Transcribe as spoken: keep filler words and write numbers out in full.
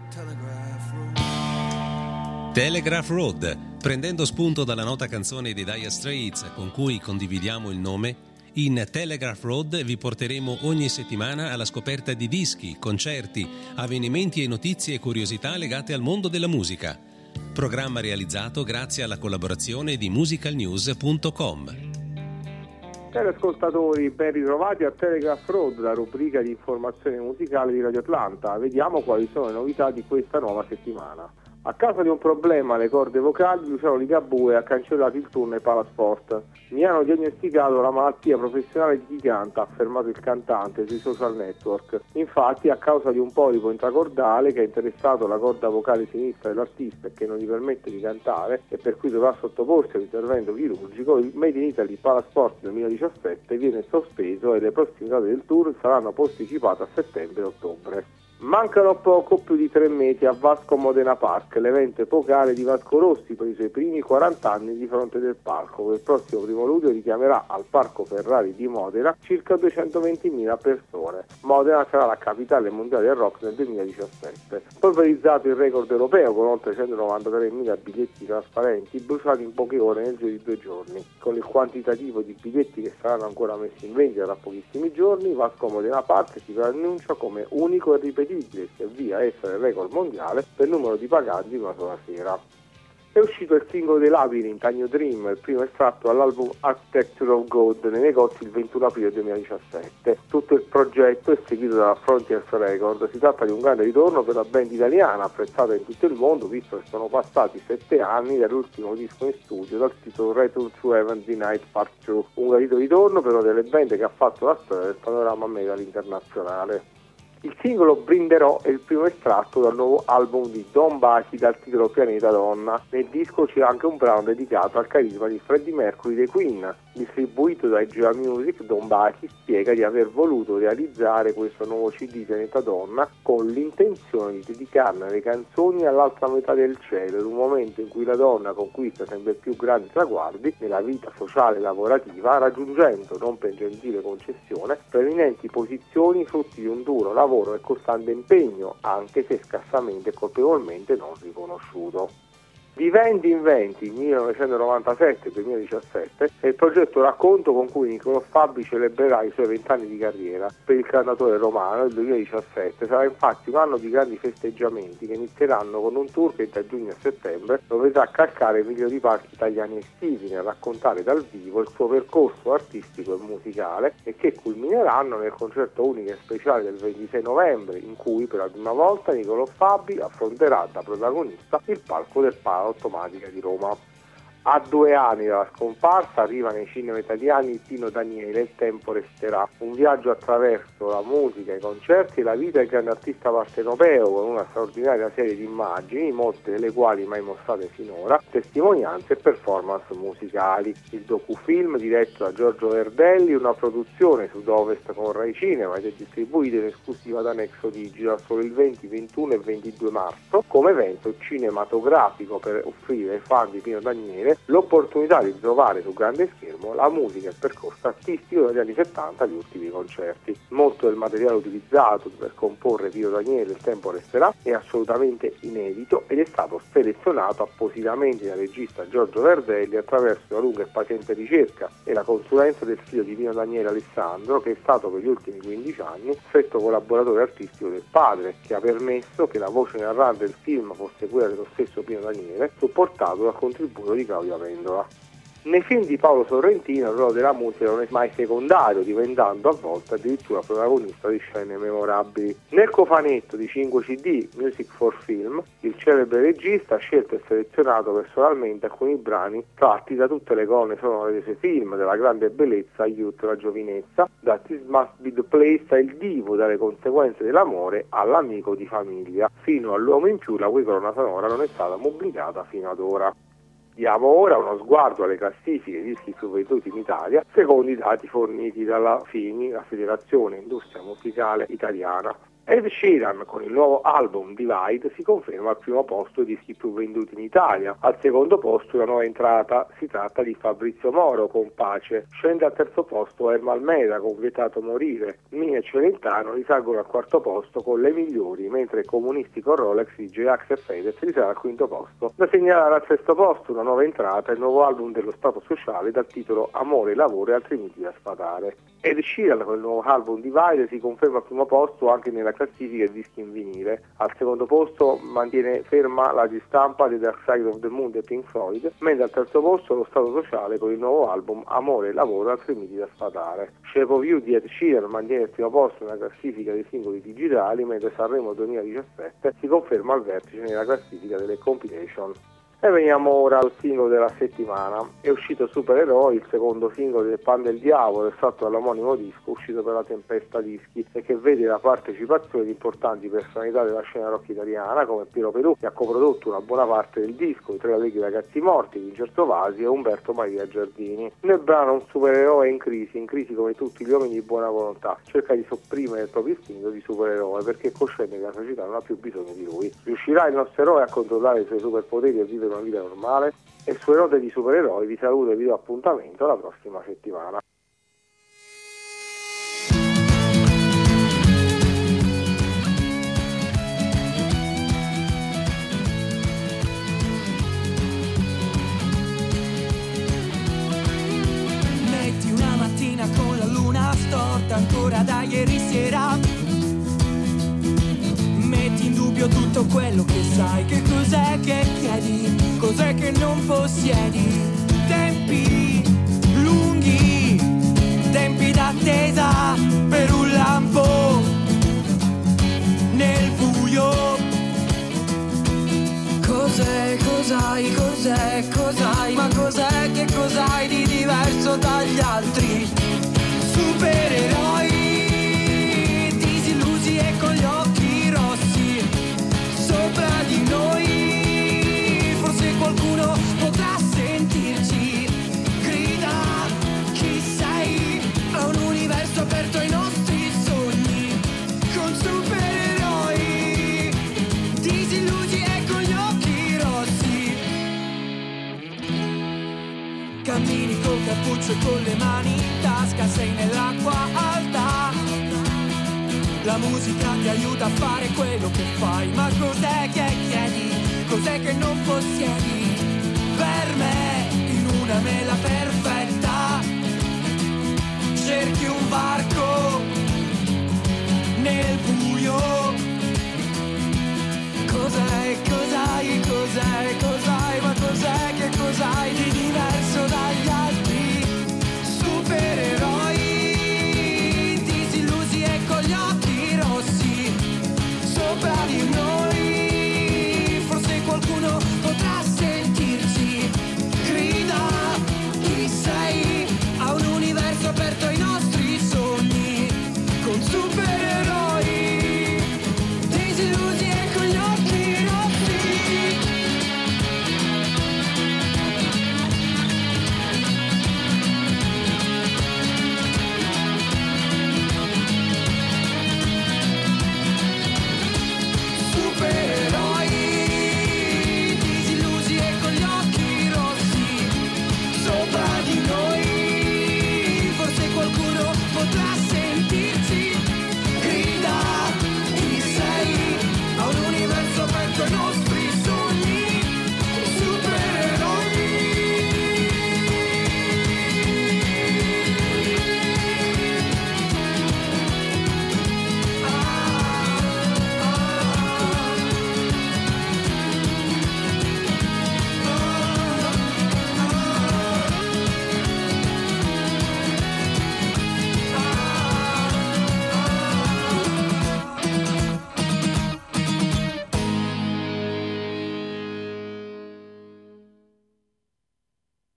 Telegraph Road, prendendo spunto dalla nota canzone dei Dire Straits con cui condividiamo il nome, in Telegraph Road vi porteremo ogni settimana alla scoperta di dischi, concerti, avvenimenti e notizie e curiosità legate al mondo della musica. Programma realizzato grazie alla collaborazione di musical news punto com. Cari ascoltatori, ben ritrovati a Telegraph Road, la rubrica di informazione musicale di Radio Atlanta. Vediamo quali sono le novità di questa nuova settimana. A causa di un problema alle corde vocali, Luciano Ligabue ha cancellato il tour nei Palasport. Mi hanno diagnosticato la malattia professionale di chi canta, ha affermato il cantante sui social network. Infatti, a causa di un polipo intracordale che ha interessato la corda vocale sinistra dell'artista e che non gli permette di cantare e per cui dovrà sottoporsi a un intervento chirurgico, il Made in Italy Palasport duemiladiciassette viene sospeso e le prossime date del tour saranno posticipate a settembre e ottobre. Mancano poco più di tre mesi a Vasco Modena Park, l'evento epocale di Vasco Rossi per i suoi primi quaranta anni di fronte del palco, che il prossimo primo luglio richiamerà al Parco Ferrari di Modena circa duecentoventimila persone. Modena sarà la capitale mondiale del rock nel duemiladiciassette. Polverizzato il record europeo con oltre centonovantatremila biglietti trasparenti bruciati in poche ore nel giro di due giorni. Con il quantitativo di biglietti che saranno ancora messi in vendita tra pochissimi giorni, Vasco Modena Park si preannuncia come unico e ripetibile e si avvia a essere il record mondiale per numero di paganti in una sola sera. È uscito il singolo dei Labyrinth, A New Dream, il primo estratto dall'album Architecture of God nei negozi il ventuno aprile duemiladiciassette. Tutto il progetto è seguito dalla Frontiers Record. Si tratta di un grande ritorno per la band italiana, apprezzata in tutto il mondo, visto che sono passati sette anni dall'ultimo disco in studio dal titolo Return to Heaven The Night Part due. Un gradito ritorno però delle band che ha fatto la storia del panorama metal internazionale. Il singolo Brinderò è il primo estratto dal nuovo album di Don Bachi dal titolo Pianeta Donna. Nel disco c'è anche un brano dedicato al carisma di Freddie Mercury dei Queen. Distribuito da I G A Music, Don Bachi spiega di aver voluto realizzare questo nuovo C D Pianeta Donna con l'intenzione di dedicarne le canzoni all'altra metà del cielo, in un momento in cui la donna conquista sempre più grandi traguardi nella vita sociale e lavorativa, raggiungendo, non per gentile concessione, preeminenti posizioni frutti di un duro lavoro lavoro e costante impegno, anche se scarsamente e colpevolmente non riconosciuto. Vivendi Inventi millenovecentonovantasette duemiladiciassette è il progetto racconto con cui Nicolò Fabbri celebrerà i suoi vent'anni di carriera. Per il cantautore romano il duemiladiciassette sarà infatti un anno di grandi festeggiamenti che inizieranno con un tour che da giugno a settembre lo vedrà calcare migliori parchi italiani estivi nel raccontare dal vivo il suo percorso artistico e musicale e che culmineranno nel concerto unico e speciale del ventisei novembre in cui per la prima volta Nicolò Fabbri affronterà da protagonista il palco del Palo Automatica di Roma. A due anni dalla scomparsa arriva nei cinema italiani Pino Daniele, Il tempo resterà, un viaggio attraverso la musica, i concerti e la vita del grande artista partenopeo con una straordinaria serie di immagini, molte delle quali mai mostrate finora, testimonianze e performance musicali. Il docufilm diretto da Giorgio Verdelli, una produzione Sud-Ovest con Rai Cinema ed è distribuito in esclusiva da Nexo Digital solo il venti, ventuno e ventidue marzo come evento cinematografico per offrire ai fan di Pino Daniele l'opportunità di trovare sul grande schermo la musica e il percorso artistico degli anni settanta di ultimi concerti. Molto del materiale utilizzato per comporre Pino Daniele Il tempo resterà è assolutamente inedito ed è stato selezionato appositamente dal regista Giorgio Verdelli attraverso una lunga e paziente ricerca e la consulenza del figlio di Pino Daniele Alessandro, che è stato per gli ultimi quindici anni stretto collaboratore artistico del padre, che ha permesso che la voce narrante del film fosse quella dello stesso Pino Daniele, supportato dal contributo di Claudia Vendola. Nei film di Paolo Sorrentino il ruolo della musica non è mai secondario, diventando a volte addirittura protagonista di scene memorabili. Nel cofanetto di cinque C D Music for Film, il celebre regista ha scelto e selezionato personalmente alcuni brani tratti da tutte le colonne sonore dei suoi film, dalla grande bellezza Youth, la giovinezza, da This Must Be the Place a Il divo, dalle conseguenze dell'amore all'amico di famiglia, fino all'uomo in più la cui colonna sonora non è stata pubblicata fino ad ora. Diamo ora uno sguardo alle classifiche dischi più venduti in Italia, secondo i dati forniti dalla FIMI, la Federazione Industria Musicale Italiana. Ed Sheeran con il nuovo album Divide si conferma al primo posto dei dischi più venduti in Italia. Al secondo posto una nuova entrata, si tratta di Fabrizio Moro con Pace. Scende al terzo posto Ermal Almeida con Vietato Morire. Mina e Celentano risalgono al quarto posto con Le Migliori, mentre Comunisti con Rolex di J-Ax e Fedez risale al quinto posto. Da segnalare al sesto posto una nuova entrata, il nuovo album dello Stato Sociale dal titolo Amore, Lavoro e altri miti da sfatare. Ed Sheeran con il nuovo album Divide si conferma al primo posto anche nella classifica di dischi in vinile. Al secondo posto mantiene ferma la ristampa di Dark Side of the Moon di Pink Floyd, mentre al terzo posto lo Stato Sociale con il nuovo album Amore, Lavoro e altri miti da sfatare. Shape of You di Ed Sheeran mantiene il primo posto nella classifica dei singoli digitali, mentre Sanremo duemiladiciassette si conferma al vertice nella classifica delle compilation. E veniamo ora al singolo della settimana. È uscito Supereroi, il secondo singolo del Pan del Diavolo, estratto dall'omonimo disco uscito per la Tempesta Dischi e che vede la partecipazione di importanti personalità della scena rock italiana come Piero Perù, che ha coprodotto una buona parte del disco, i Tre Allegri Ragazzi Morti, Vincenzo Vasi e Umberto Maria Giardini. Nel brano un supereroe in crisi, in crisi come tutti gli uomini di buona volontà, cerca di sopprimere il proprio istinto di supereroe perché è cosciente che la società non ha più bisogno di lui. Riuscirà il nostro eroe a controllare i suoi superpoteri e vivere una vita normale? E su Erote di Supereroi vi saluto e vi do appuntamento la prossima settimana. Metti una mattina con la luna storta ancora da ieri sera, metti in dubbio tutto quello che sai, che cos'è che chiedi, cos'è che non possiedi, tempi lunghi, tempi d'attesa per un lampo nel buio. Cos'è, cos'hai, cos'è, cos'hai, ma cos'è che cos'hai di diverso dagli altri supereroi disillusi e con gli occhi rossi sopra di noi? Forse qualcuno potrà sentirci, grida chi sei, a un universo aperto ai nostri sogni con supereroi disillusi e con gli occhi rossi. Cammini col cappuccio e con le mani in tasca, sei nell'acqua alta, la musica ti aiuta a fare quello che fai, ma cos'è che chiedi, cos'è che non possiedi? Per me, in una mela perfetta, cerchi un barco nel buio. Cos'è, cos'hai, cos'è, cos'hai, ma cos'è che cos'hai di diverso dagli altri supereroi disillusi e con gli occhi rossi sopra di noi? Forse qualcuno potrà sentirci, grida chi sei, a un universo aperto ai nostri sogni con supereroi disillusi